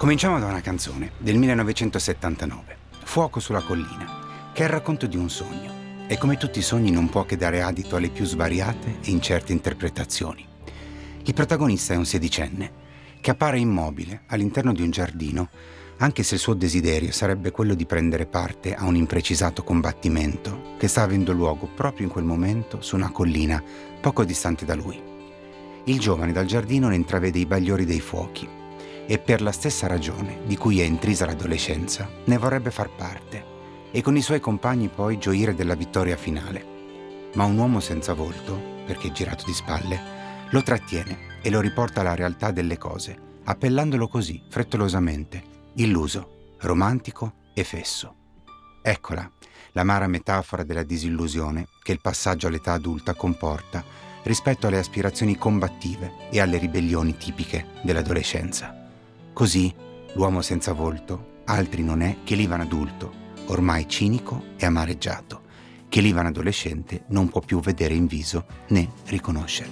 Cominciamo da una canzone del 1979, Fuoco sulla collina, che è il racconto di un sogno e come tutti i sogni non può che dare adito alle più svariate e incerte interpretazioni. Il protagonista è un sedicenne che appare immobile all'interno di un giardino, anche se il suo desiderio sarebbe quello di prendere parte a un imprecisato combattimento che sta avendo luogo proprio in quel momento su una collina poco distante da lui. Il giovane dal giardino ne intravede i bagliori dei fuochi e per la stessa ragione di cui è intrisa l'adolescenza ne vorrebbe far parte e con i suoi compagni poi gioire della vittoria finale. Ma un uomo senza volto, perché è girato di spalle, lo trattiene e lo riporta alla realtà delle cose, appellandolo così, frettolosamente, illuso, romantico e fesso. Eccola, l'amara metafora della disillusione che il passaggio all'età adulta comporta rispetto alle aspirazioni combattive e alle ribellioni tipiche dell'adolescenza. Così, l'uomo senza volto altri non è che l'Ivan adulto, ormai cinico e amareggiato, che l'Ivan adolescente non può più vedere in viso né riconoscere.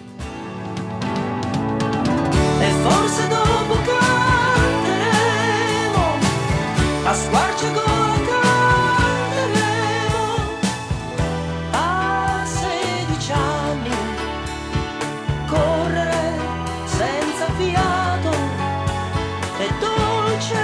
E forse dopo canteremo, a squarciagola canteremo, a 16 anni, correre senza fiato è dolce.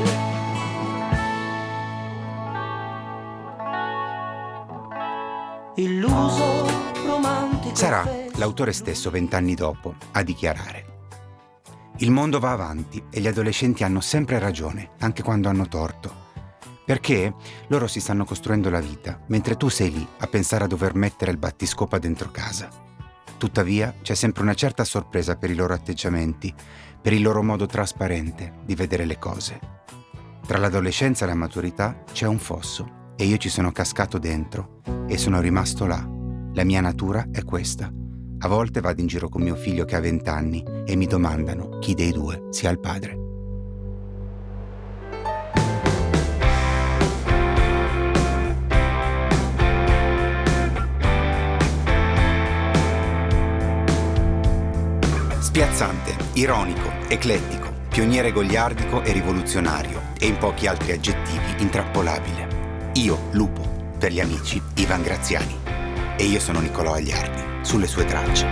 Illuso, romantico. Sarà l'autore stesso 20 anni dopo a dichiarare: il mondo va avanti e gli adolescenti hanno sempre ragione, anche quando hanno torto. Perché loro si stanno costruendo la vita, mentre tu sei lì a pensare a dover mettere il battiscopa dentro casa. Tuttavia, c'è sempre una certa sorpresa per i loro atteggiamenti, per il loro modo trasparente di vedere le cose. Tra l'adolescenza e la maturità c'è un fosso e io ci sono cascato dentro e sono rimasto là. La mia natura è questa. A volte vado in giro con mio figlio che ha 20 anni e mi domandano chi dei due sia il padre. Spiazzante, ironico, eclettico, pioniere goliardico e rivoluzionario e in pochi altri aggettivi intrappolabile. Io, Lupo, per gli amici Ivan Graziani. E io sono Nicolò Agliardi, sulle sue tracce.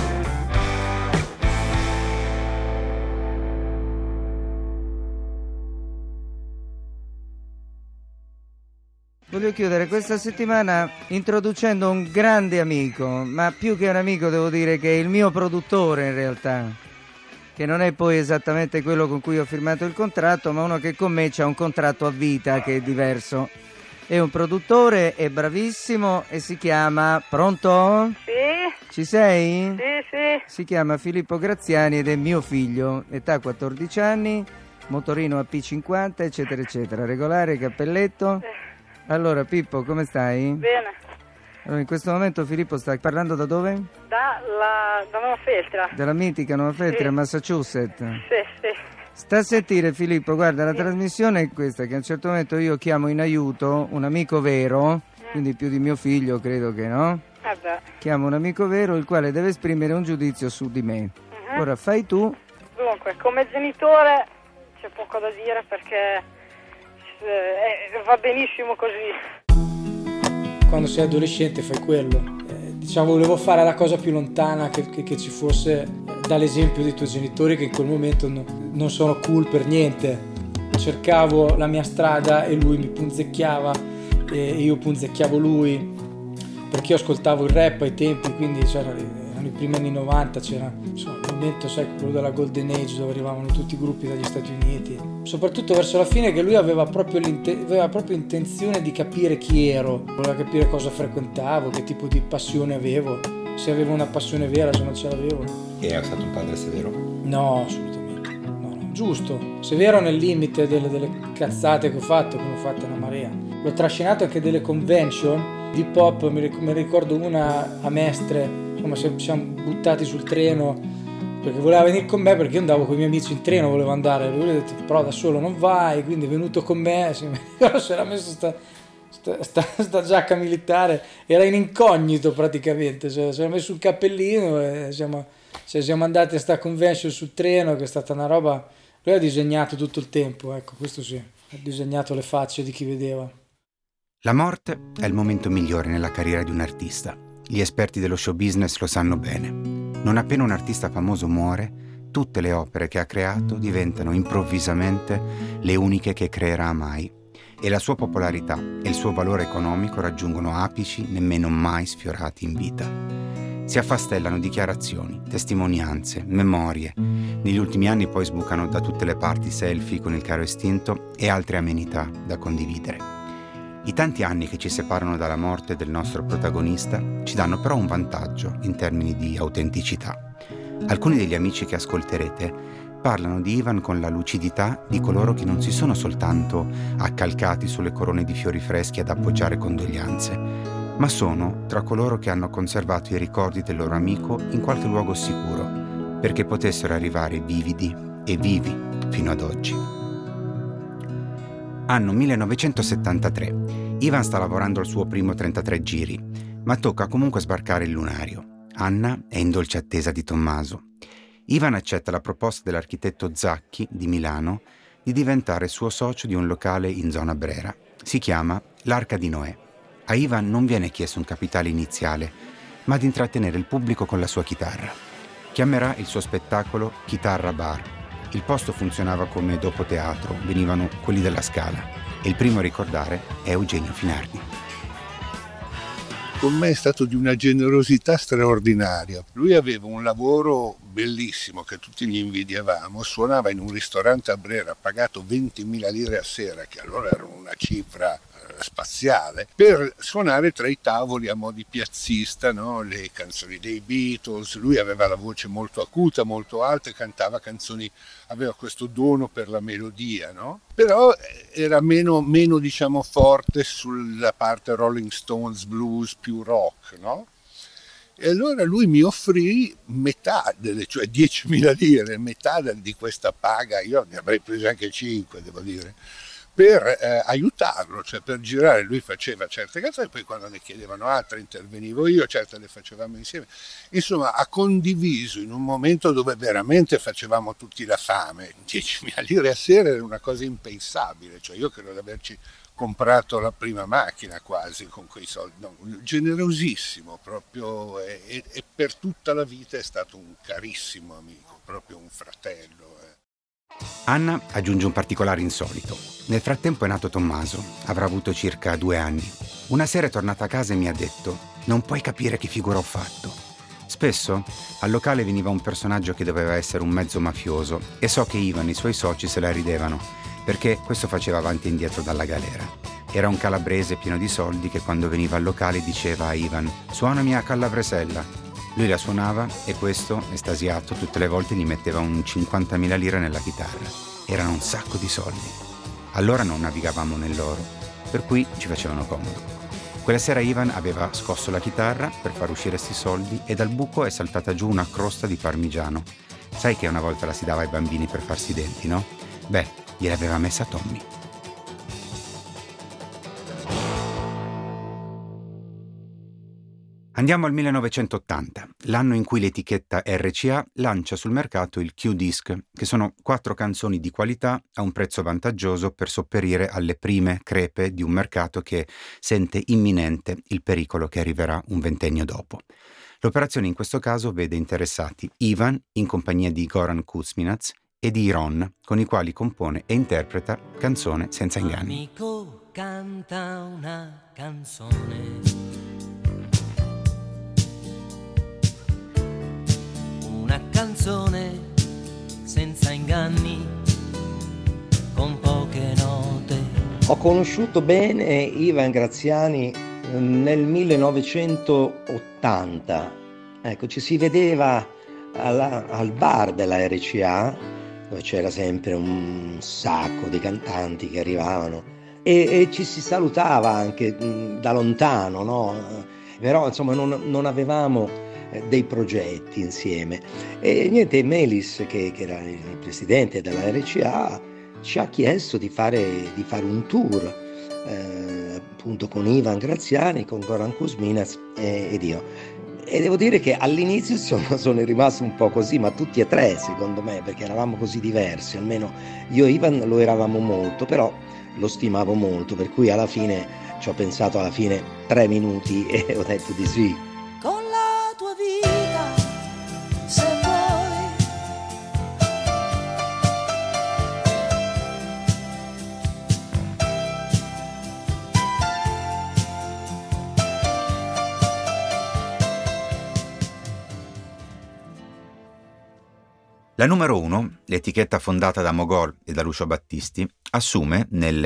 Voglio chiudere questa settimana introducendo un grande amico, ma più che un amico devo dire che è il mio produttore in realtà, che non è poi esattamente quello con cui ho firmato il contratto, ma uno che con me c'ha un contratto a vita che è diverso. È un produttore, è bravissimo e si chiama... Pronto? Sì, Ci sei? sì. Si chiama Filippo Graziani ed è mio figlio, età 14 anni, motorino a P50, eccetera, eccetera. Regolare, cappelletto. Allora, Pippo, come stai? Bene. Allora, in questo momento Filippo sta parlando da dove? Da Nuova Feltra. Dalla mitica Nuova Feltria, Sì. Massachusetts. Sì. Sta a sentire, Filippo, guarda, la trasmissione è questa, che a un certo momento io chiamo in aiuto un amico vero, quindi più di mio figlio, credo che no? Vabbè. Chiamo un amico vero il quale deve esprimere un giudizio su di me. Ora fai tu. Dunque, come genitore c'è poco da dire perché va benissimo così. Quando sei adolescente fai quello. Diciamo, volevo fare la cosa più lontana che ci fosse dall'esempio dei tuoi genitori, che in quel momento non sono cool per niente. Cercavo la mia strada e lui mi punzecchiava e io punzecchiavo lui, perché io ascoltavo il rap ai tempi, quindi erano i primi anni 90, c'era insomma, il momento, sai, quello della Golden Age, dove arrivavano tutti i gruppi dagli Stati Uniti, soprattutto verso la fine, che lui aveva proprio intenzione di capire chi ero, voleva capire cosa frequentavo, che tipo di passione avevo, se avevo una passione vera, se non ce l'avevo. E è stato un padre severo? No, assolutamente, no, giusto, severo nel limite delle cazzate che ho fatto, che ne ho fatte una marea. L'ho trascinato anche delle convention di pop, mi ricordo una a Mestre, insomma ci siamo buttati sul treno perché voleva venire con me, perché io andavo con i miei amici in treno, volevo andare, lui ha detto però da solo non vai, quindi è venuto con me, si era messo sta giacca militare, era in incognito praticamente, si era messo un cappellino e siamo andati a sta convention sul treno, che è stata una roba Lui ha disegnato tutto il tempo, ecco, questo sì, ha disegnato le facce di chi vedeva. La morte è il momento migliore nella carriera di un artista. Gli esperti dello show business lo sanno bene. Non appena un artista famoso muore, tutte le opere che ha creato diventano improvvisamente le uniche che creerà mai. E la sua popolarità e il suo valore economico raggiungono apici nemmeno mai sfiorati in vita. Si affastellano dichiarazioni, testimonianze, memorie. Negli ultimi anni poi sbucano da tutte le parti selfie con il caro estinto e altre amenità da condividere. I tanti anni che ci separano dalla morte del nostro protagonista ci danno però un vantaggio in termini di autenticità. Alcuni degli amici che ascolterete parlano di Ivan con la lucidità di coloro che non si sono soltanto accalcati sulle corone di fiori freschi ad appoggiare condoglianze, ma sono tra coloro che hanno conservato i ricordi del loro amico in qualche luogo sicuro, perché potessero arrivare vividi e vivi fino ad oggi. Anno 1973. Ivan sta lavorando al suo primo 33 giri, ma tocca comunque sbarcare il lunario. Anna è in dolce attesa di Tommaso. Ivan accetta la proposta dell'architetto Zacchi di Milano di diventare suo socio di un locale in zona Brera. Si chiama l'Arca di Noè. A Ivan non viene chiesto un capitale iniziale, ma di intrattenere il pubblico con la sua chitarra. Chiamerà il suo spettacolo Chitarra Bar. Il posto funzionava come dopo teatro, venivano quelli della Scala. E il primo a ricordare è Eugenio Finardi. Con me è stato di una generosità straordinaria. Lui aveva un lavoro bellissimo che tutti gli invidiavamo, suonava in un ristorante a Brera, pagato 20.000 lire a sera, che allora era una cifra spaziale, per suonare tra i tavoli a mo' di piazzista, no? Le canzoni dei Beatles. Lui aveva la voce molto acuta, molto alta, cantava canzoni, aveva questo dono per la melodia, no? Però era meno diciamo forte sulla parte Rolling Stones, blues, più rock, no? E allora lui mi offrì metà cioè 10.000 lire, metà di questa paga. Io ne avrei preso anche 5, devo dire, per aiutarlo, cioè per girare. Lui faceva certe canzoni, poi quando ne chiedevano altre intervenivo io, certe le facevamo insieme. Insomma, ha condiviso in un momento dove veramente facevamo tutti la fame. 10.000 lire a sera era una cosa impensabile, cioè io credo di averci comprato la prima macchina quasi con quei soldi. No, generosissimo proprio, e per tutta la vita è stato un carissimo amico, proprio un fratello. Anna aggiunge un particolare insolito. Nel frattempo è nato Tommaso, avrà avuto circa 2 anni. Una sera è tornata a casa e mi ha detto: non puoi capire che figura ho fatto. Spesso al locale veniva un personaggio che doveva essere un mezzo mafioso e so che Ivan e i suoi soci se la ridevano, perché questo faceva avanti e indietro dalla galera. Era un calabrese pieno di soldi che quando veniva al locale diceva a Ivan: suonami a Calabresella. Lui la suonava e questo, estasiato, tutte le volte gli metteva un 50.000 lire nella chitarra. Erano un sacco di soldi. Allora non navigavamo nell'oro, per cui ci facevano comodo. Quella sera Ivan aveva scosso la chitarra per far uscire sti soldi e dal buco è saltata giù una crosta di parmigiano. Sai che una volta la si dava ai bambini per farsi i denti, no? Beh, gliel'aveva messa Tommy. Andiamo al 1980, l'anno in cui l'etichetta RCA lancia sul mercato il Q-Disc, che sono 4 canzoni di qualità a un prezzo vantaggioso per sopperire alle prime crepe di un mercato che sente imminente il pericolo che arriverà un ventennio dopo. L'operazione in questo caso vede interessati Ivan in compagnia di Goran Kuzminac e di Iron, con i quali compone e interpreta Canzone senza inganni. Amico, canta una canzone, una canzone senza inganni, con poche note. Ho conosciuto bene Ivan Graziani nel 1980. Ecco, ci si vedeva al bar della RCA, dove c'era sempre un sacco di cantanti che arrivavano e ci si salutava anche da lontano, no? Però insomma non avevamo dei progetti insieme. E niente, Melis, che era il presidente della RCA, ci ha chiesto di fare un tour appunto con Ivan Graziani, con Goran Kuzminac ed io. E devo dire che all'inizio sono rimasto un po' così, ma tutti e tre secondo me, perché eravamo così diversi, almeno io e Ivan lo eravamo molto, però lo stimavo molto, per cui alla fine ci ho pensato alla fine 3 minuti e ho detto di sì. Con la tua vita, se vuoi. La numero 1, l'etichetta fondata da Mogol e da Lucio Battisti, assume nel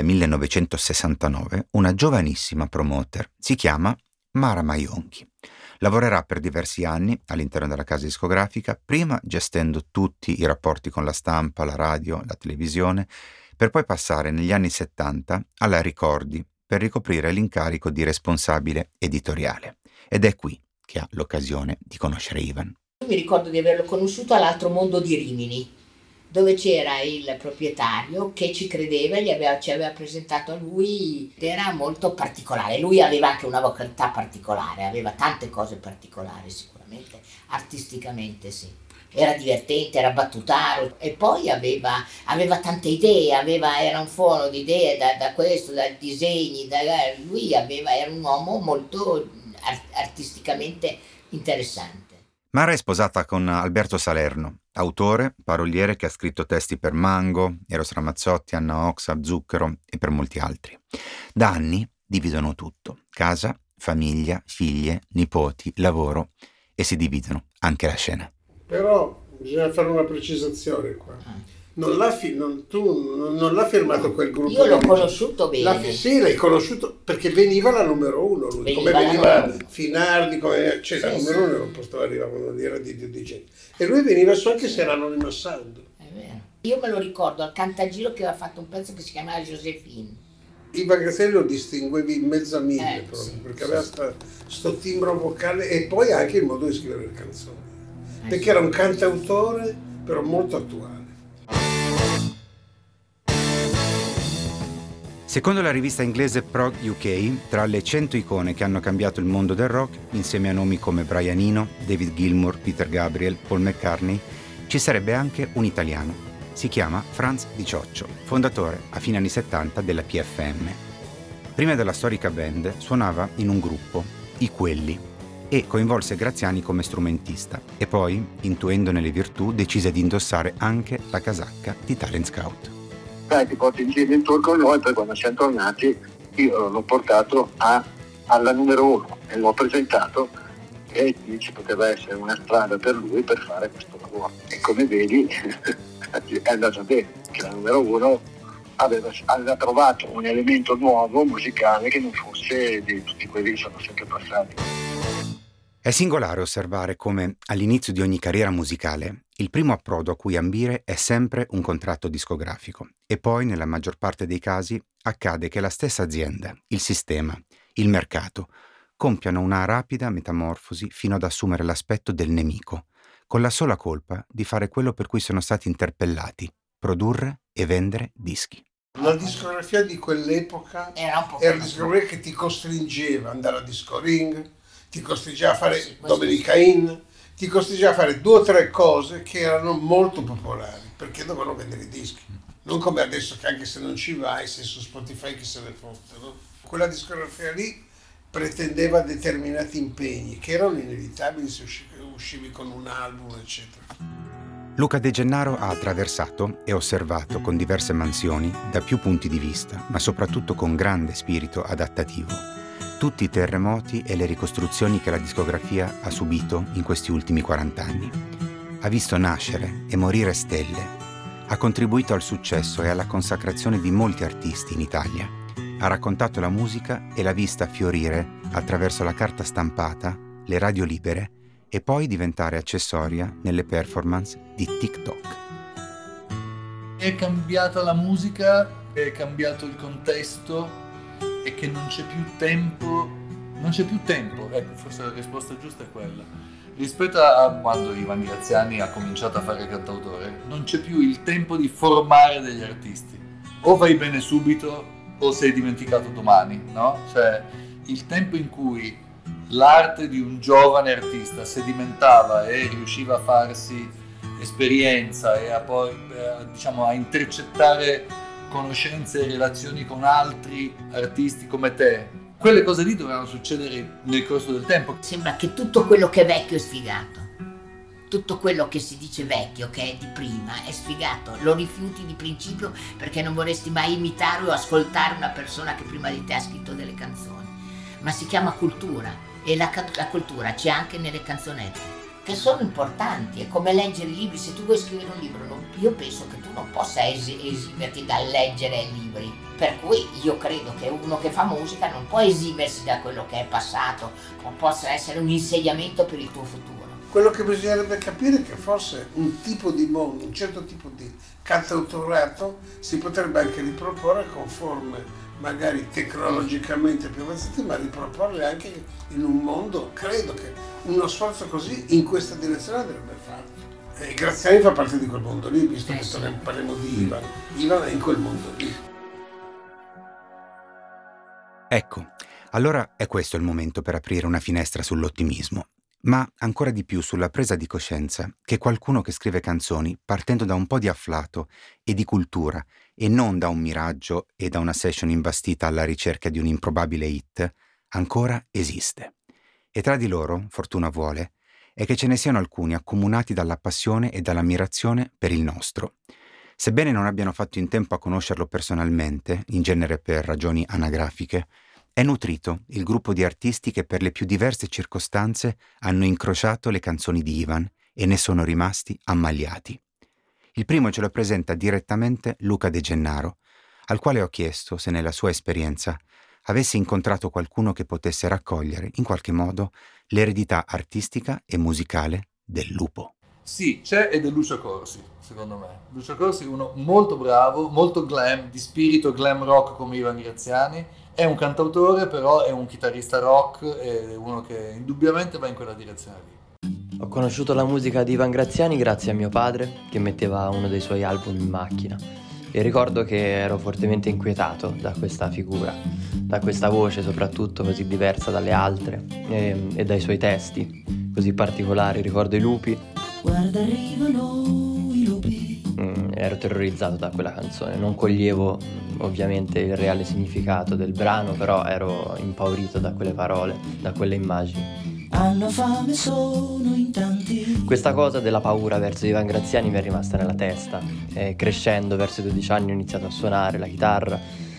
1969 una giovanissima promoter. Si chiama Mara Maionchi. Lavorerà per diversi anni all'interno della casa discografica, prima gestendo tutti i rapporti con la stampa, la radio, la televisione, per poi passare negli anni 70 alla Ricordi per ricoprire l'incarico di responsabile editoriale. Ed è qui che ha l'occasione di conoscere Ivan. Mi ricordo di averlo conosciuto all'Altro Mondo di Rimini, dove c'era il proprietario che ci credeva e ci aveva presentato a lui. Era molto particolare, lui aveva anche una vocalità particolare, aveva tante cose particolari sicuramente, artisticamente sì. Era divertente, era battutaro e poi aveva tante idee, era un foro di idee da questo, dai disegni, era un uomo molto artisticamente interessante. Mara è sposata con Alberto Salerno, autore, paroliere che ha scritto testi per Mango, Eros Ramazzotti, Anna Oxa, Zucchero e per molti altri. Da anni dividono tutto: casa, famiglia, figlie, nipoti, lavoro, e si dividono anche la scena. Però bisogna fare una precisazione qua. Non l'ha firmato quel gruppo. Io l'ho conosciuto bene. Sì, l'hai conosciuto perché veniva la numero 1 lui, come veniva Finardi, la numero 1 non poteva arrivare quando era di gente. E lui veniva su anche se era Anonima Sound. È vero. Io me lo ricordo al Cantagiro che aveva fatto un pezzo che si chiamava Josephine. Ivan Graziani lo distinguevi in mezza mille proprio, perché aveva sto timbro vocale e poi anche il modo di scrivere le canzoni. Perché era un cantautore però molto attuale. Secondo la rivista inglese Prog UK, tra le 100 icone che hanno cambiato il mondo del rock, insieme a nomi come Brian Eno, David Gilmour, Peter Gabriel, Paul McCartney, ci sarebbe anche un italiano. Si chiama Franz Di Cioccio, fondatore a fine anni 70 della PFM. Prima della storica band suonava in un gruppo, I Quelli, e coinvolse Graziani come strumentista e poi, intuendone le virtù, decise di indossare anche la casacca di Talent Scout. Ti porti in giro in tour con noi, poi quando siamo tornati io l'ho portato alla numero 1 e l'ho presentato e ci poteva essere una strada per lui per fare questo lavoro. E come vedi è andato bene, che la numero 1 aveva trovato un elemento nuovo musicale che non fosse di tutti quelli che sono sempre passati. È singolare osservare come, all'inizio di ogni carriera musicale, il primo approdo a cui ambire è sempre un contratto discografico e poi, nella maggior parte dei casi, accade che la stessa azienda, il sistema, il mercato, compiano una rapida metamorfosi fino ad assumere l'aspetto del nemico, con la sola colpa di fare quello per cui sono stati interpellati, produrre e vendere dischi. La discografia di quell'epoca era una discografia che ti costringeva ad andare a Disco Ring, ti costringeva a fare Domenica In, ti costringeva a fare 2 o 3 cose che erano molto popolari, perché dovevano vendere i dischi. Non come adesso che anche se non ci vai, sei su Spotify che se ne fotte, no? Quella discografia lì pretendeva determinati impegni che erano inevitabili se uscivi con un album, eccetera. Luca De Gennaro ha attraversato e osservato con diverse mansioni, da più punti di vista, ma soprattutto con grande spirito adattativo, tutti i terremoti e le ricostruzioni che la discografia ha subito in questi ultimi 40 anni. Ha visto nascere e morire stelle, ha contribuito al successo e alla consacrazione di molti artisti in Italia, ha raccontato la musica e l'ha vista fiorire attraverso la carta stampata, le radio libere e poi diventare accessoria nelle performance di TikTok. È cambiata la musica, è cambiato il contesto e che non c'è più tempo, ecco, forse la risposta giusta è quella. Rispetto a quando Ivan Graziani ha cominciato a fare cantautore, non c'è più il tempo di formare degli artisti. O vai bene subito o sei dimenticato domani, no? Cioè, il tempo in cui l'arte di un giovane artista, sedimentava e riusciva a farsi esperienza e a poi diciamo a intercettare conoscenze e relazioni con altri artisti come te. Quelle cose lì dovevano succedere nel corso del tempo. Sembra che tutto quello che è vecchio è sfigato. Tutto quello che si dice vecchio, che è di prima, è sfigato. Lo rifiuti di principio perché non vorresti mai imitare o ascoltare una persona che prima di te ha scritto delle canzoni. Ma si chiama cultura, e la cultura c'è anche nelle canzonette, che sono importanti. È come leggere i libri. Se tu vuoi scrivere un libro, io penso che tu non possa esimerti dal leggere libri. Per cui io credo che uno che fa musica non può esimersi da quello che è passato, ma possa essere un insegnamento per il tuo futuro. Quello che bisognerebbe capire è che forse un tipo di mondo, un certo tipo di cantautorato si potrebbe anche riproporre con forme magari tecnologicamente più avanzate, ma riproporle anche in un mondo. Credo che uno sforzo così in questa direzione andrebbe fatto. E Graziani fa parte di quel mondo lì, visto che parliamo di Ivan. Ivan è in quel mondo lì. Ecco, allora è questo il momento per aprire una finestra sull'ottimismo, ma ancora di più sulla presa di coscienza che qualcuno che scrive canzoni partendo da un po' di afflato e di cultura e non da un miraggio e da una session imbastita alla ricerca di un improbabile hit, ancora esiste. E tra di loro, fortuna vuole, è che ce ne siano alcuni accomunati dalla passione e dall'ammirazione per il nostro. Sebbene non abbiano fatto in tempo a conoscerlo personalmente, in genere per ragioni anagrafiche, è nutrito il gruppo di artisti che per le più diverse circostanze hanno incrociato le canzoni di Ivan e ne sono rimasti ammaliati. Il primo ce lo presenta direttamente Luca De Gennaro, al quale ho chiesto se nella sua esperienza avesse incontrato qualcuno che potesse raccogliere in qualche modo l'eredità artistica e musicale del lupo. Sì, c'è, ed è Lucio Corsi, secondo me. Lucio Corsi è uno molto bravo, molto glam, di spirito glam rock come Ivan Graziani. È un cantautore, però è un chitarrista rock, è uno che indubbiamente va in quella direzione lì. Ho conosciuto la musica di Ivan Graziani grazie a mio padre, che metteva uno dei suoi album in macchina. E ricordo che ero fortemente inquietato da questa figura, da questa voce soprattutto così diversa dalle altre, e dai suoi testi così particolari. Ricordo i lupi. Guarda, arrivano i lupi. Ero terrorizzato da quella canzone, non coglievo ovviamente il reale significato del brano, però ero impaurito da quelle parole, da quelle immagini. Hanno fame, sono in tanti. Questa cosa della paura verso Ivan Graziani mi è rimasta nella testa, e crescendo verso i 12 anni ho iniziato a suonare la chitarra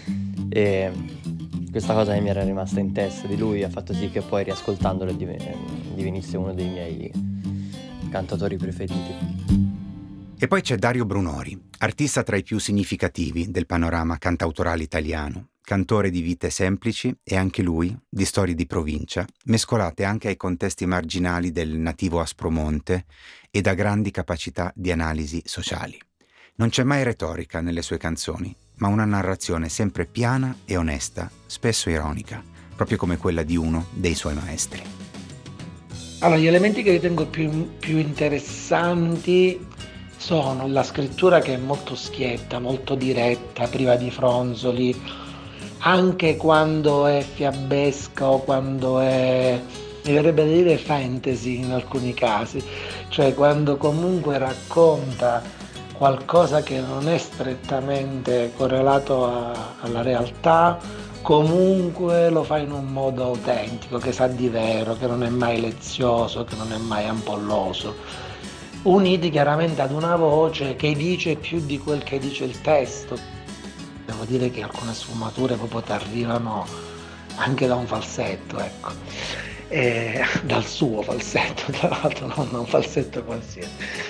e questa cosa mi era rimasta in testa di lui ha fatto sì che poi riascoltandolo divenisse uno dei miei cantatori preferiti. E poi c'è Dario Brunori, artista tra i più significativi del panorama cantautorale italiano, cantore di vite semplici e anche lui di storie di provincia, mescolate anche ai contesti marginali del nativo Aspromonte e da grandi capacità di analisi sociali. Non c'è mai retorica nelle sue canzoni, ma una narrazione sempre piana e onesta, spesso ironica, proprio come quella di uno dei suoi maestri. Allora, gli elementi che ritengo più interessanti sono la scrittura, che è molto schietta, molto diretta, priva di fronzoli, anche quando è fiabesca o quando è, mi verrebbe da dire, fantasy in alcuni casi, cioè quando comunque racconta qualcosa che non è strettamente correlato alla realtà, comunque lo fa in un modo autentico, che sa di vero, che non è mai lezioso, che non è mai ampolloso, uniti chiaramente ad una voce che dice più di quel che dice il testo. Devo dire che alcune sfumature proprio ti arrivano anche da un falsetto, ecco, dal suo falsetto, tra l'altro, non un falsetto qualsiasi.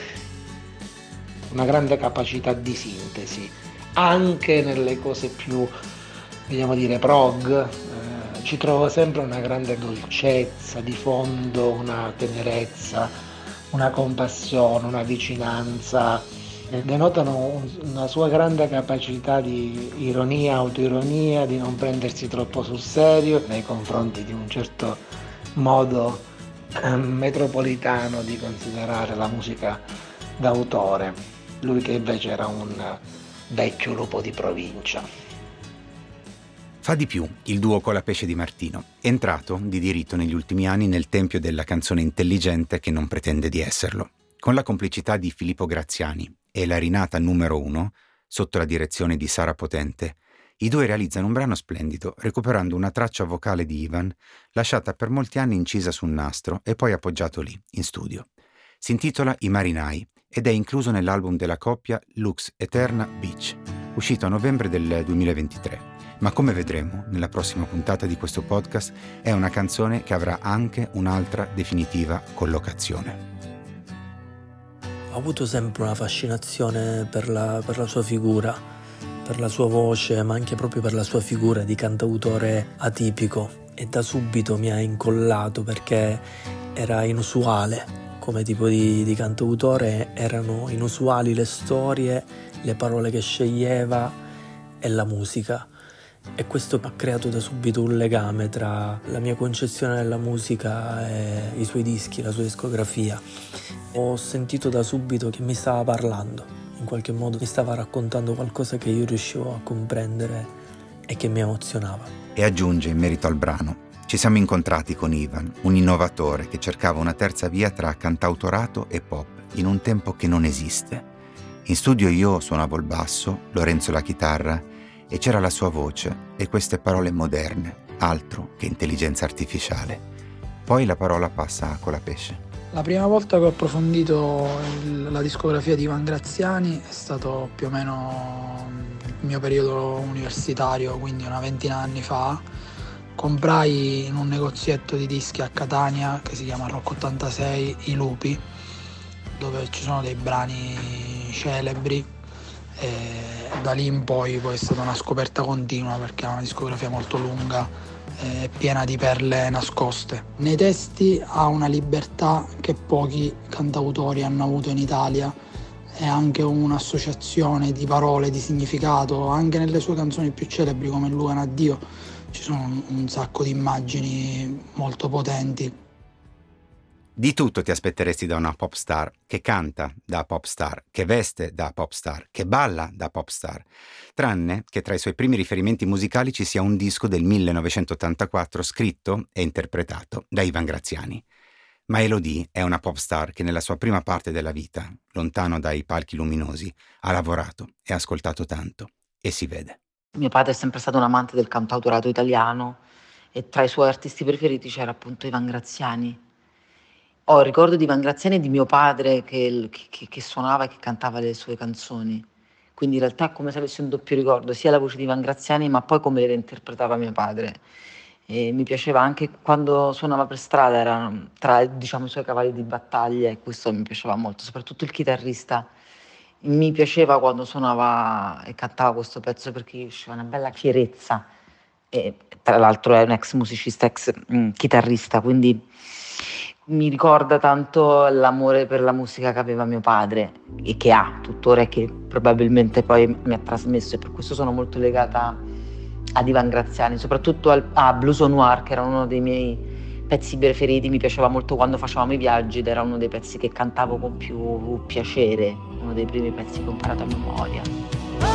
Una grande capacità di sintesi, anche nelle cose più, vogliamo dire, prog, ci trovo sempre una grande dolcezza di fondo, una tenerezza, una compassione, una vicinanza, denotano una sua grande capacità di ironia, autoironia, di non prendersi troppo sul serio nei confronti di un certo modo metropolitano di considerare la musica d'autore, lui che invece era un vecchio lupo di provincia. Fa di più il duo Colapesce di Martino, entrato di diritto negli ultimi anni nel tempio della canzone intelligente che non pretende di esserlo. Con la complicità di Filippo Graziani e la rinata numero 1, sotto la direzione di Sara Potente, i due realizzano un brano splendido, recuperando una traccia vocale di Ivan, lasciata per molti anni incisa su un nastro e poi appoggiato lì, in studio. Si intitola I Marinai ed è incluso nell'album della coppia Lux Eterna Beach, uscito a novembre del 2023. Ma come vedremo nella prossima puntata di questo podcast, è una canzone che avrà anche un'altra definitiva collocazione. Ho avuto sempre una fascinazione per la sua figura, per la sua voce, ma anche proprio per la sua figura di cantautore atipico, e da subito mi ha incollato perché era inusuale. Come tipo di cantautore erano inusuali le storie, le parole che sceglieva e la musica. E questo ha creato da subito un legame tra la mia concezione della musica e i suoi dischi, la sua discografia. Ho sentito da subito che mi stava parlando, in qualche modo mi stava raccontando qualcosa che io riuscivo a comprendere e che mi emozionava. E aggiunge in merito al brano: ci siamo incontrati con Ivan, un innovatore che cercava una terza via tra cantautorato e pop, in un tempo che non esiste. In studio io suonavo il basso, Lorenzo la chitarra, e c'era la sua voce e queste parole moderne, altro che intelligenza artificiale. Poi la parola passa a Colapesce. La prima volta che ho approfondito la discografia di Ivan Graziani è stato più o meno il mio periodo universitario, quindi una ventina d'anni fa. Comprai in un negozietto di dischi a Catania che si chiama Rock 86 I Lupi, dove ci sono dei brani celebri. E da lì in poi è stata una scoperta continua, perché è una discografia molto lunga e piena di perle nascoste. Nei testi ha una libertà che pochi cantautori hanno avuto in Italia e anche un'associazione di parole, di significato. Anche nelle sue canzoni più celebri come Lucan Addio ci sono un sacco di immagini molto potenti. Di tutto ti aspetteresti da una pop star, che canta da pop star, che veste da pop star, che balla da pop star, tranne che tra i suoi primi riferimenti musicali ci sia un disco del 1984 scritto e interpretato da Ivan Graziani. Ma Elodie è una pop star che nella sua prima parte della vita, lontano dai palchi luminosi, ha lavorato e ascoltato tanto, e si vede. Mio padre è sempre stato un amante del cantautorato italiano e tra i suoi artisti preferiti c'era appunto Ivan Graziani. Ho il ricordo di Ivan Graziani e di mio padre che suonava e che cantava le sue canzoni. Quindi in realtà è come se avessi un doppio ricordo, sia la voce di Ivan Graziani ma poi come le interpretava mio padre. E mi piaceva anche quando suonava per strada, era tra i suoi cavalli di battaglia, e questo mi piaceva molto, soprattutto il chitarrista. Mi piaceva quando suonava e cantava questo pezzo perché usciva una bella fierezza, e tra l'altro è un ex musicista, ex chitarrista, quindi mi ricorda tanto l'amore per la musica che aveva mio padre e che ha tuttora e che probabilmente poi mi ha trasmesso, e per questo sono molto legata ad Ivan Graziani, soprattutto a Blues au Noir, che era uno dei miei pezzi preferiti. Mi piaceva molto quando facevamo i viaggi ed era uno dei pezzi che cantavo con più piacere, uno dei primi pezzi che ho imparato a memoria.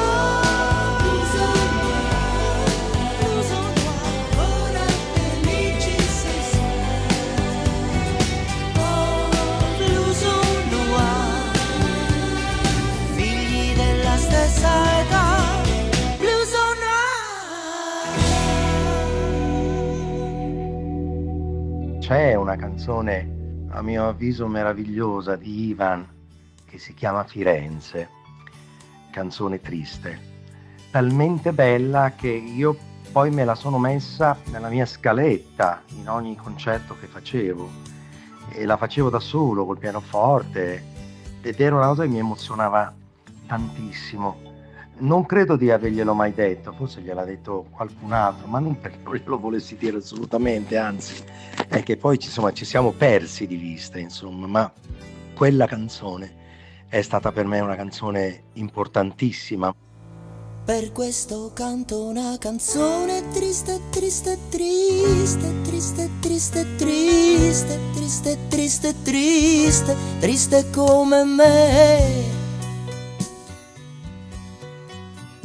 C'è una canzone, a mio avviso, meravigliosa di Ivan che si chiama Firenze, canzone triste, talmente bella che io poi me la sono messa nella mia scaletta in ogni concerto che facevo, e la facevo da solo col pianoforte, ed era una cosa che mi emozionava tantissimo. Non credo di averglielo mai detto, forse gliel'ha detto qualcun altro, ma non perché non glielo volessi dire assolutamente, anzi, è che poi ci siamo persi di vista, insomma, ma quella canzone è stata per me una canzone importantissima. Per questo canto una canzone triste, triste, triste, triste, triste, triste, triste, triste, triste, triste come me.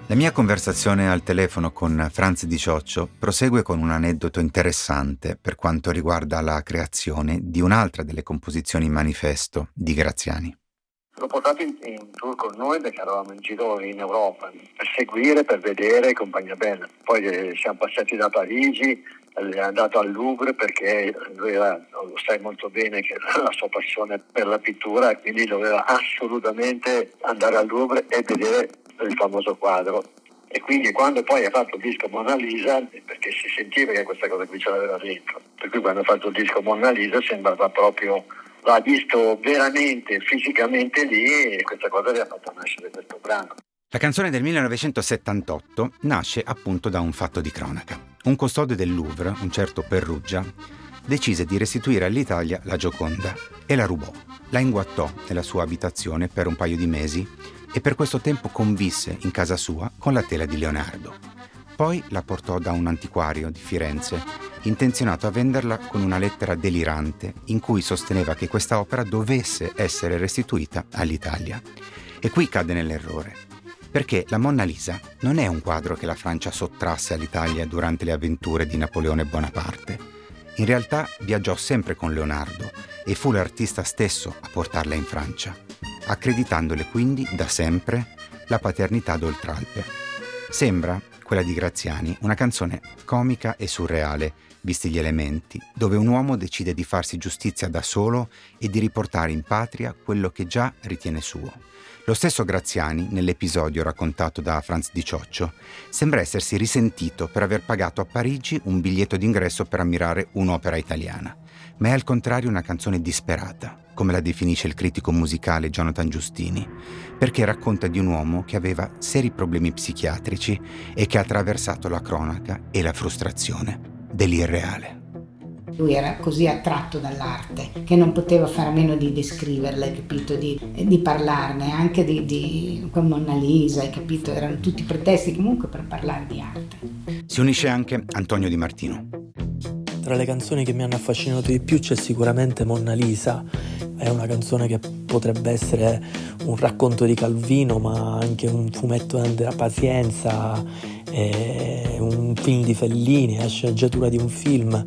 La mia conversazione al telefono con Franz Di Cioccio prosegue con un aneddoto interessante per quanto riguarda la creazione di un'altra delle composizioni manifesto di Graziani. L'ho portato in tour con noi perché eravamo in giro in Europa per seguire, per vedere Compagnia Bella. Poi siamo passati da Parigi, è andato al Louvre perché lui lo sai molto bene che la sua passione per la pittura e quindi doveva assolutamente andare al Louvre e vedere il famoso quadro. E quindi quando poi ha fatto il disco Mona Lisa, perché si sentiva che questa cosa qui ce l'aveva dentro, per cui quando ha fatto il disco Mona Lisa sembrava proprio, l'ha visto veramente, fisicamente lì, e questa cosa gli ha fatto nascere questo brano. La canzone del 1978 nasce appunto da un fatto di cronaca. Un custode del Louvre, un certo Perrugia, decise di restituire all'Italia la Gioconda e la rubò. La inguattò nella sua abitazione per un paio di mesi e per questo tempo convisse in casa sua con la tela di Leonardo. Poi la portò da un antiquario di Firenze, intenzionato a venderla con una lettera delirante in cui sosteneva che questa opera dovesse essere restituita all'Italia. E qui cade nell'errore, perché la Monna Lisa non è un quadro che la Francia sottrasse all'Italia durante le avventure di Napoleone Bonaparte. In realtà viaggiò sempre con Leonardo e fu l'artista stesso a portarla in Francia, accreditandole quindi da sempre la paternità d'Oltralpe. Sembra, quella di Graziani, una canzone comica e surreale, visti gli elementi, dove un uomo decide di farsi giustizia da solo e di riportare in patria quello che già ritiene suo. Lo stesso Graziani, nell'episodio raccontato da Franz Di Cioccio, sembra essersi risentito per aver pagato a Parigi un biglietto d'ingresso per ammirare un'opera italiana, ma è al contrario una canzone disperata, come la definisce il critico musicale Jonathan Giustini, perché racconta di un uomo che aveva seri problemi psichiatrici e che ha attraversato la cronaca e la frustrazione dell'irreale. Lui era così attratto dall'arte che non poteva fare a meno di descriverla, capito? Di parlarne, anche di Monna Lisa, hai capito? Erano tutti pretesti comunque per parlare di arte. Si unisce anche Antonio Di Martino. Tra le canzoni che mi hanno affascinato di più c'è sicuramente Monna Lisa. È una canzone che potrebbe essere un racconto di Calvino, ma anche un fumetto di Andrea Pazienza, un film di Fellini, la sceneggiatura di un film.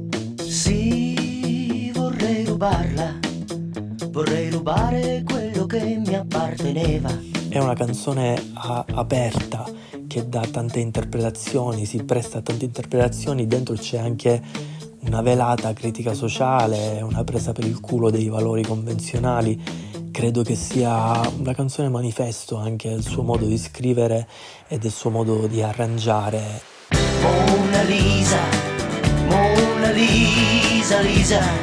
Sì, vorrei rubarla, vorrei rubare quello che mi apparteneva. È una canzone aperta che dà tante interpretazioni, si presta a tante interpretazioni, dentro c'è anche una velata critica sociale, una presa per il culo dei valori convenzionali. Credo che sia una canzone manifesto anche del suo modo di scrivere e del suo modo di arrangiare. Mona Lisa, Mona Lisa, Lisa.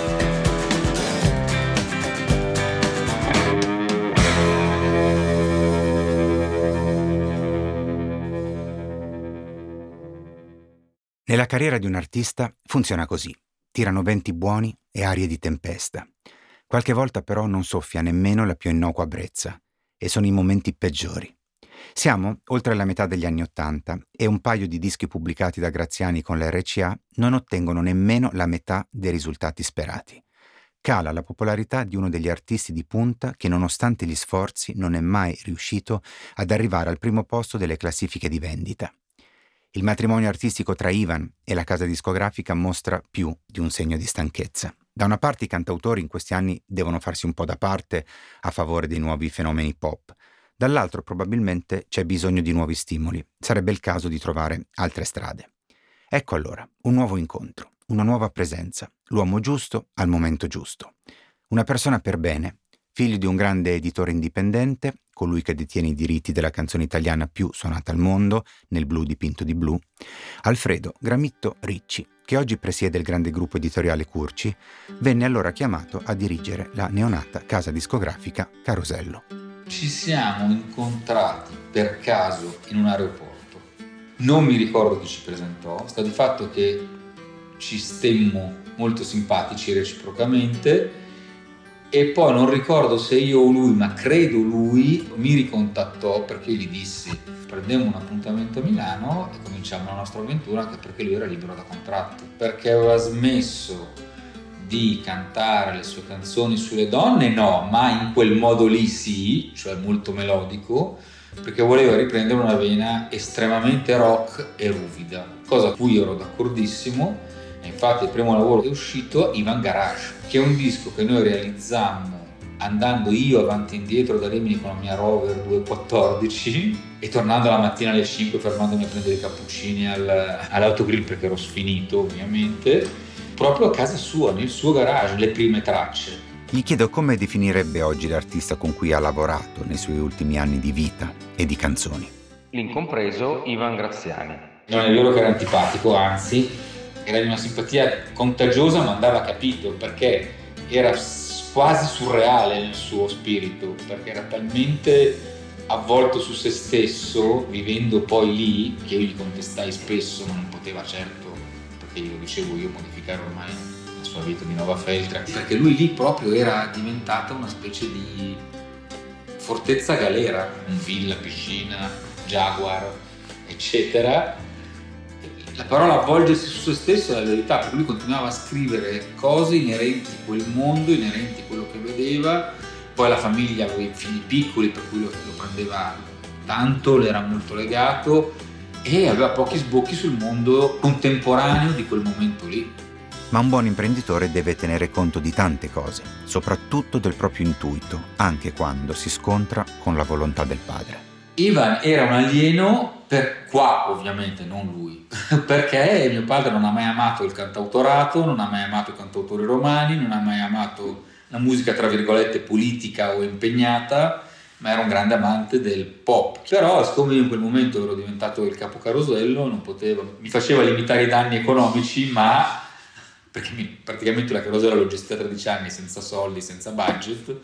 Nella carriera di un artista funziona così. Tirano venti buoni e arie di tempesta. Qualche volta però non soffia nemmeno la più innocua brezza, e sono i momenti peggiori. Siamo oltre la metà degli anni '80 e un paio di dischi pubblicati da Graziani con la RCA non ottengono nemmeno la metà dei risultati sperati. Cala la popolarità di uno degli artisti di punta che, nonostante gli sforzi, non è mai riuscito ad arrivare al primo posto delle classifiche di vendita. Il matrimonio artistico tra Ivan e la casa discografica mostra più di un segno di stanchezza. Da una parte i cantautori in questi anni devono farsi un po' da parte a favore dei nuovi fenomeni pop, dall'altro probabilmente c'è bisogno di nuovi stimoli, sarebbe il caso di trovare altre strade. Ecco allora, un nuovo incontro, una nuova presenza, l'uomo giusto al momento giusto. Una persona per bene, figlio di un grande editore indipendente, colui che detiene i diritti della canzone italiana più suonata al mondo, nel blu dipinto di blu, Alfredo Gramitto Ricci, che oggi presiede il grande gruppo editoriale Curci, venne allora chiamato a dirigere la neonata casa discografica Carosello. Ci siamo incontrati per caso in un aeroporto. Non mi ricordo chi ci presentò, sta di fatto che ci stemmo molto simpatici reciprocamente. E poi non ricordo se io o lui, ma credo lui, mi ricontattò perché io gli dissi prendiamo un appuntamento a Milano e cominciamo la nostra avventura, anche perché lui era libero da contratto, perché aveva smesso di cantare le sue canzoni sulle donne, no, ma in quel modo lì sì, cioè molto melodico, perché voleva riprendere una vena estremamente rock e ruvida, cosa a cui io ero d'accordissimo. E infatti il primo lavoro che è uscito, Ivan Garage, che è un disco che noi realizzammo andando io avanti e indietro da Rimini con la mia Rover 214 e tornando la mattina alle 5 fermandomi a prendere i cappuccini all'autogrill perché ero sfinito ovviamente, proprio a casa sua, nel suo garage, le prime tracce. Gli chiedo come definirebbe oggi l'artista con cui ha lavorato nei suoi ultimi anni di vita e di canzoni. L'incompreso Ivan Graziani. Non è vero che era antipatico, anzi era di una simpatia contagiosa, ma andava capito, perché era quasi surreale nel suo spirito, perché era talmente avvolto su se stesso, vivendo poi lì, che io gli contestai spesso, ma non poteva certo, perché glielo dicevo io, modificare ormai la sua vita di Nova Feltria, perché lui lì proprio era diventata una specie di fortezza galera, un villa, piscina, Jaguar, eccetera. La parola avvolgersi su se stesso è la verità, perché lui continuava a scrivere cose inerenti a quel mondo, inerenti a quello che vedeva. Poi la famiglia aveva i figli piccoli, per cui lo prendeva tanto, le era molto legato e aveva pochi sbocchi sul mondo contemporaneo di quel momento lì. Ma un buon imprenditore deve tenere conto di tante cose, soprattutto del proprio intuito, anche quando si scontra con la volontà del padre. Ivan era un alieno per qua, ovviamente, non lui, perché mio padre non ha mai amato il cantautorato, non ha mai amato i cantautori romani, non ha mai amato la musica tra virgolette politica o impegnata, ma era un grande amante del pop. Però siccome io in quel momento ero diventato il capo carosello, non potevo, mi faceva limitare i danni economici, ma perché praticamente la Carosello l'ho gestita 13 anni senza soldi, senza budget,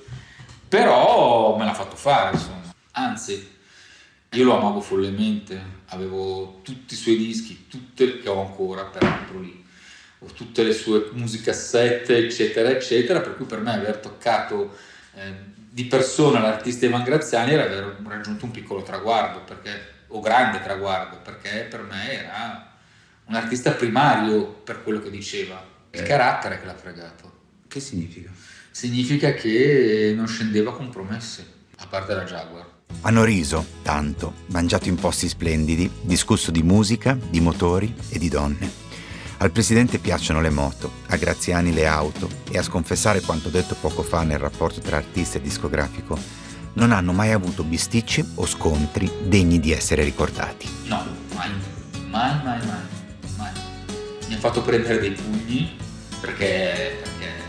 però me l'ha fatto fare, insomma. Anzi, io lo amavo follemente, avevo tutti i suoi dischi, che ho ancora peraltro lì, ho tutte le sue musicassette, eccetera, eccetera, per cui per me aver toccato di persona l'artista Ivan Graziani era aver raggiunto un piccolo traguardo, o grande traguardo, perché per me era un artista primario per quello che diceva. Il carattere che l'ha fregato. Che significa? Significa che non scendeva con promesse, a parte la Jaguar. Hanno riso tanto, mangiato in posti splendidi, discusso di musica, di motori e di donne. Al presidente piacciono le moto, a Graziani le auto e, a sconfessare quanto detto poco fa nel rapporto tra artista e discografico, non hanno mai avuto bisticci o scontri degni di essere ricordati. No, mai. Mi ha fatto prendere dei pugni perché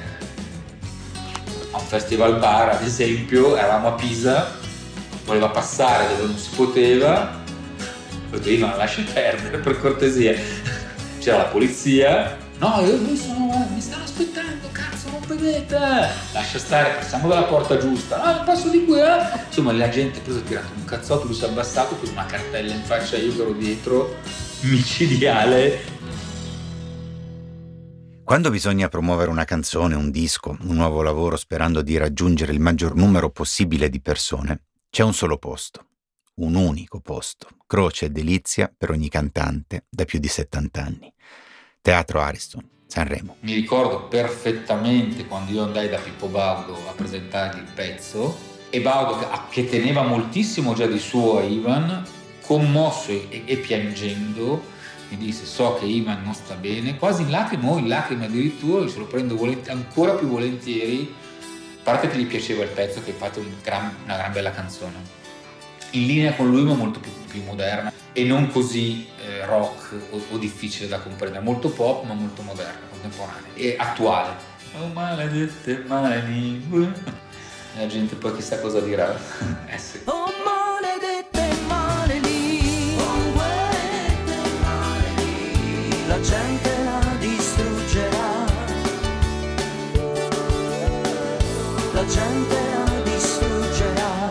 a un festival bar, ad esempio, eravamo a Pisa, voleva passare dove non si poteva, ho detto Ivan lascia perdere per cortesia, c'era la polizia, no mi stanno aspettando, cazzo non vedete, lascia stare, passiamo dalla porta giusta, passo di qui, insomma la gente ha preso e tirato un cazzotto, lui si è abbassato, ha preso una cartella in faccia, io che ero dietro, micidiale. Quando bisogna promuovere una canzone, un disco, un nuovo lavoro sperando di raggiungere il maggior numero possibile di persone, c'è un solo posto, un unico posto, croce e delizia per ogni cantante da più di 70 anni. Teatro Ariston, Sanremo. Mi ricordo perfettamente quando io andai da Pippo Baudo a presentargli il pezzo e Baudo, che teneva moltissimo già di suo a Ivan, commosso e piangendo, mi disse so che Ivan non sta bene, quasi in lacrime addirittura, io se lo prendo ancora più volentieri, a parte che gli piaceva il pezzo, che infatti è una gran bella canzone, in linea con lui ma molto più moderna e non così rock o difficile da comprendere, molto pop ma molto moderna, contemporanea e attuale. Oh maledette mani, la gente poi chissà cosa dirà. Sì. Oh maledette mani, oh maledette mani, la gente la distruggerà, la gente la distruggerà.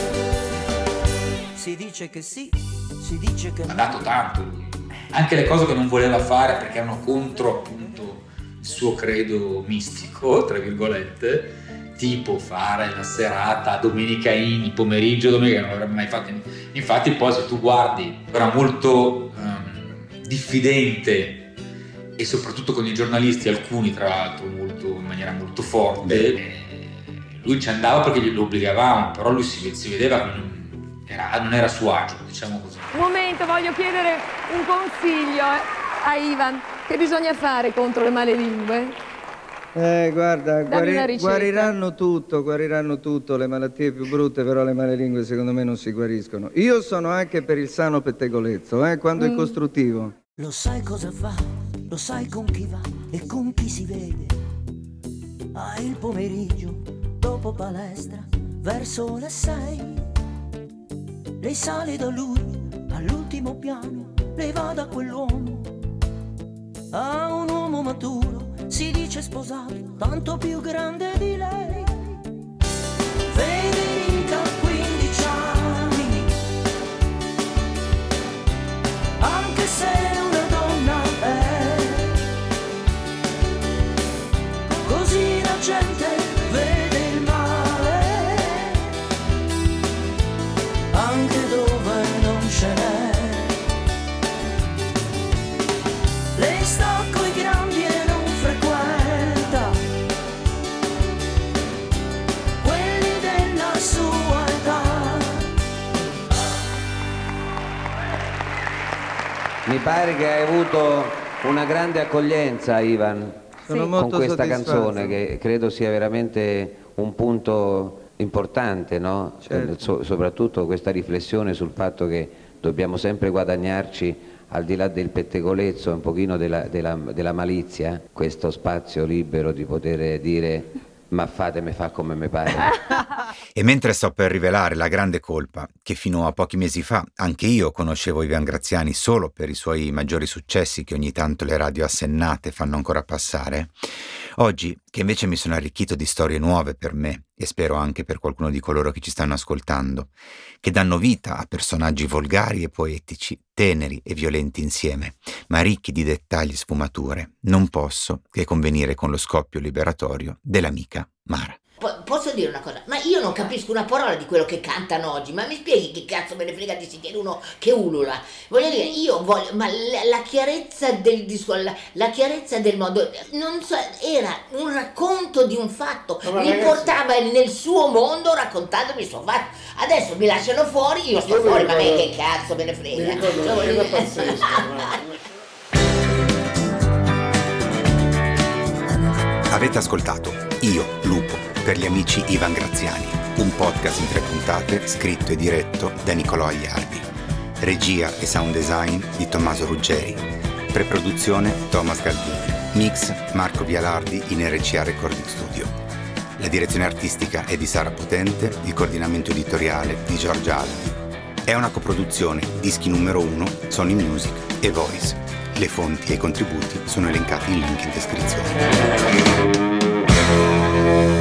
Si dice che sì, si dice che no. Ha dato tanto lui, anche le cose che non voleva fare perché erano contro appunto il suo credo mistico, tra virgolette, tipo fare la serata domenica in pomeriggio, domenica non l'avrebbe mai fatto. Infatti poi se tu guardi era molto diffidente e soprattutto con i giornalisti, alcuni tra l'altro in maniera molto forte. Lui ci andava perché glielo obbligavamo, però lui si vedeva non era a suo agio, diciamo così. Un momento, voglio chiedere un consiglio a Ivan. Che bisogna fare contro le malelingue? Guarda, Dammi una ricetta. guariranno tutto, le malattie più brutte, però le malelingue secondo me non si guariscono. Io sono anche per il sano pettegolezzo, quando è costruttivo. Lo sai cosa fa, lo sai con chi va e con chi si vede. Il pomeriggio, dopo palestra, verso le 6. Lei sale da lui, all'ultimo piano, lei va da quell'uomo. A un uomo maturo, si dice sposato, tanto più grande di lei. Federica, 15 anni, anche se una donna è, così la gente vede il male, anche dove non ce n'è. Lei sta coi grandi e non frequenta quelli della sua età. Mi pare che hai avuto una grande accoglienza, Ivan, con questa canzone, che credo sia veramente un punto importante, no? Certo. Soprattutto questa riflessione sul fatto che dobbiamo sempre guadagnarci, al di là del pettegolezzo, un pochino della malizia, questo spazio libero di poter dire ma fatemi fa come mi pare. E mentre sto per rivelare la grande colpa che fino a pochi mesi fa anche io conoscevo Ivan Graziani solo per i suoi maggiori successi che ogni tanto le radio assennate fanno ancora passare, oggi che invece mi sono arricchito di storie nuove per me e spero anche per qualcuno di coloro che ci stanno ascoltando, che danno vita a personaggi volgari e poetici, teneri e violenti insieme, ma ricchi di dettagli e sfumature, non posso che convenire con lo scoppio liberatorio dell'amica Mara. Posso dire una cosa? Ma io non capisco una parola di quello che cantano oggi, ma mi spieghi che cazzo me ne frega di sentire uno che ulula? Voglio dire, io voglio, ma la chiarezza del disco, la chiarezza del modo, non so, era un racconto di un fatto, mi portava nel suo mondo raccontandomi il suo fatto. Adesso mi lasciano fuori, io sto fuori, ma me che cazzo me ne frega? Era pazzesco. Avete ascoltato Io, Lupo, per gli amici Ivan Graziani, un podcast in 3 puntate scritto e diretto da Nicolò Agliardi. Regia e sound design di Tommaso Ruggeri. Preproduzione Thomas Galdini. Mix Marco Vialardi in RCA Recording Studio. La direzione artistica è di Sara Potente, il coordinamento editoriale di Giorgia Aldi. È una coproduzione Dischi numero 1, Sony Music e Voice. Le fonti e i contributi sono elencati in link in descrizione.